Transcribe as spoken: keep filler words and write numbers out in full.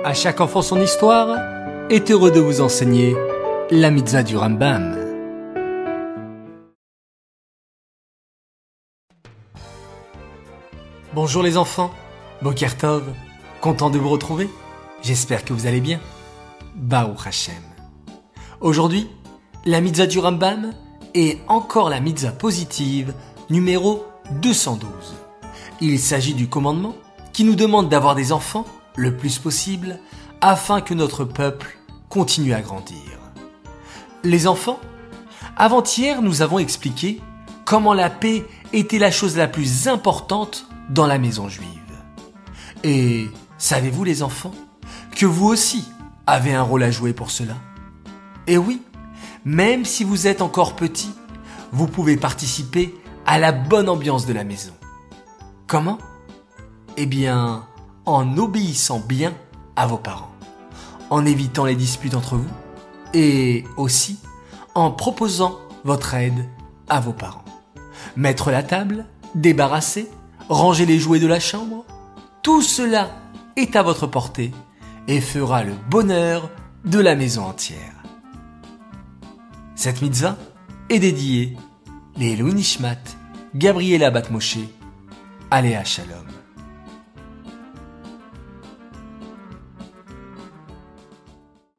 À chaque enfant son histoire est heureux de vous enseigner la mitzvah du Rambam. Bonjour les enfants, Boker Tov, content de vous retrouver. J'espère que vous allez bien. Baruch Hashem. Aujourd'hui, la mitzvah du Rambam est encore la mitzvah positive numéro deux cent douze. Il s'agit du commandement qui nous demande d'avoir des enfants le plus possible afin que notre peuple continue à grandir. Les enfants, avant-hier nous avons expliqué comment la paix était la chose la plus importante dans la maison juive. Et savez-vous les enfants que vous aussi avez un rôle à jouer pour cela? Et oui, même si vous êtes encore petit, vous pouvez participer à la bonne ambiance de la maison. Comment? Eh bien, en obéissant bien à vos parents, en évitant les disputes entre vous et aussi en proposant votre aide à vos parents. Mettre la table, débarrasser, ranger les jouets de la chambre, tout cela est à votre portée et fera le bonheur de la maison entière. Cette mitzvah est dédiée les Louis Nishmat, Gabriela Bat Moshe, Aléa Shalom.